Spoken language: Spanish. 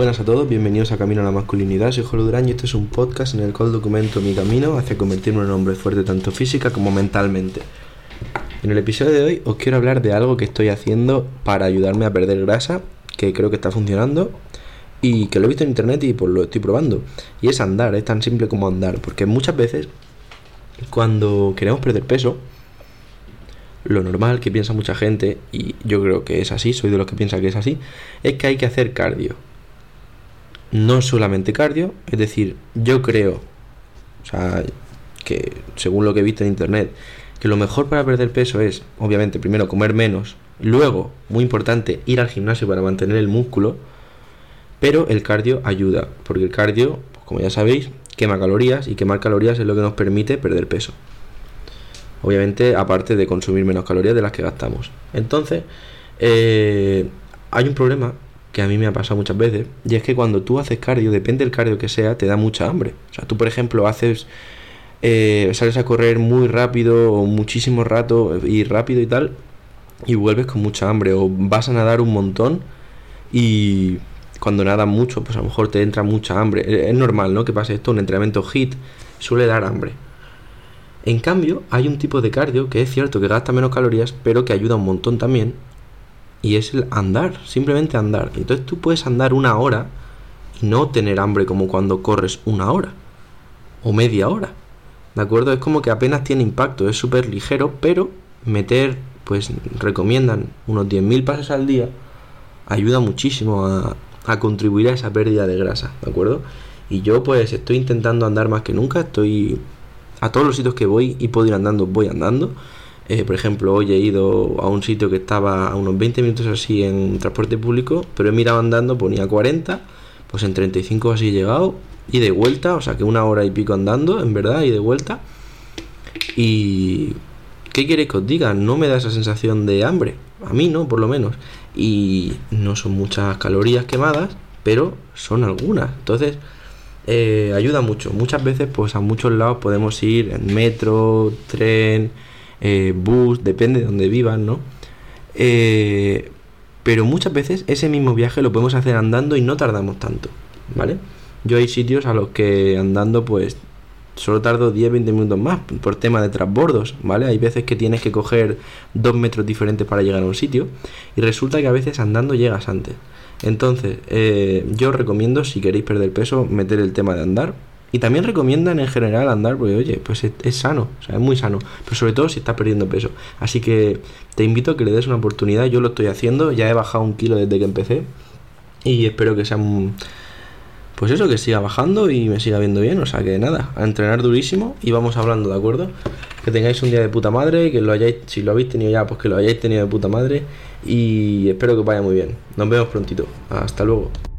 Buenas a todos, bienvenidos a Camino a la Masculinidad. Soy Jorge Durán y este es un podcast en el cual documento mi camino hacia convertirme en un hombre fuerte tanto física como mentalmente. En el episodio de hoy os quiero hablar de algo que estoy haciendo para ayudarme a perder grasa, que creo que está funcionando y que lo he visto en internet y pues lo estoy probando. Y es andar, es tan simple como andar, porque muchas veces cuando queremos perder peso, lo normal que piensa mucha gente, y yo creo que es así, soy de los que piensa que es así, es que hay que hacer cardio. No solamente cardio, es decir, yo creo, que según lo que he visto en internet, que lo mejor para perder peso es, obviamente, primero comer menos, luego, muy importante, ir al gimnasio para mantener el músculo, pero el cardio ayuda, porque el cardio, pues como ya sabéis, quema calorías, y quemar calorías es lo que nos permite perder peso. Obviamente, aparte de consumir menos calorías de las que gastamos. Entonces, hay un problema que a mí me ha pasado muchas veces, y es que cuando tú haces cardio, depende del cardio que sea, te da mucha hambre. O sea, tú por ejemplo sales a correr muy rápido o muchísimo rato y rápido y tal, y vuelves con mucha hambre, o vas a nadar un montón y cuando nadas mucho, pues a lo mejor te entra mucha hambre. Es normal, ¿no?, que pase esto. Un entrenamiento HIIT suele dar hambre. En cambio, hay un tipo de cardio que es cierto que gasta menos calorías, pero que ayuda un montón también, y es el andar, simplemente andar. Entonces tú puedes andar 1 hora y no tener hambre como cuando corres 1 hora o media hora, ¿de acuerdo? Es como que apenas tiene impacto, es súper ligero, pero pues recomiendan unos 10.000 pasos al día, ayuda muchísimo a contribuir a esa pérdida de grasa, ¿de acuerdo? Y yo pues estoy intentando andar más que nunca, estoy a todos los sitios que voy y puedo ir andando, voy andando. Por ejemplo, hoy he ido a un sitio que estaba a unos 20 minutos así en transporte público, pero he mirado andando, ponía 40, pues en 35 así he llegado, y de vuelta, o sea que 1 hora y pico andando, en verdad, y de vuelta. Y ¿qué queréis que os diga? No me da esa sensación de hambre, a mí no, por lo menos. Y no son muchas calorías quemadas, pero son algunas. Entonces ayuda mucho. Muchas veces pues a muchos lados podemos ir en metro, tren, bus, depende de donde vivan, ¿no? Pero muchas veces ese mismo viaje lo podemos hacer andando y no tardamos tanto, ¿vale? Yo hay sitios a los que andando pues solo tardo 10-20 minutos más por tema de transbordos, ¿vale? Hay veces que tienes que coger 2 metros diferentes para llegar a un sitio, y resulta que a veces andando llegas antes. Entonces, yo os recomiendo, si queréis perder peso, meter el tema de andar. Y también recomiendan en general andar porque, oye, pues es sano, o sea, es muy sano. Pero sobre todo si estás perdiendo peso. Así que te invito a que le des una oportunidad. Yo lo estoy haciendo, ya he bajado 1 kilo desde que empecé. Y espero que sea pues eso, que siga bajando y me siga viendo bien. O sea que nada, a entrenar durísimo y vamos hablando, ¿de acuerdo? Que tengáis un día de puta madre, si lo habéis tenido ya, pues que lo hayáis tenido de puta madre. Y espero que os vaya muy bien. Nos vemos prontito. Hasta luego.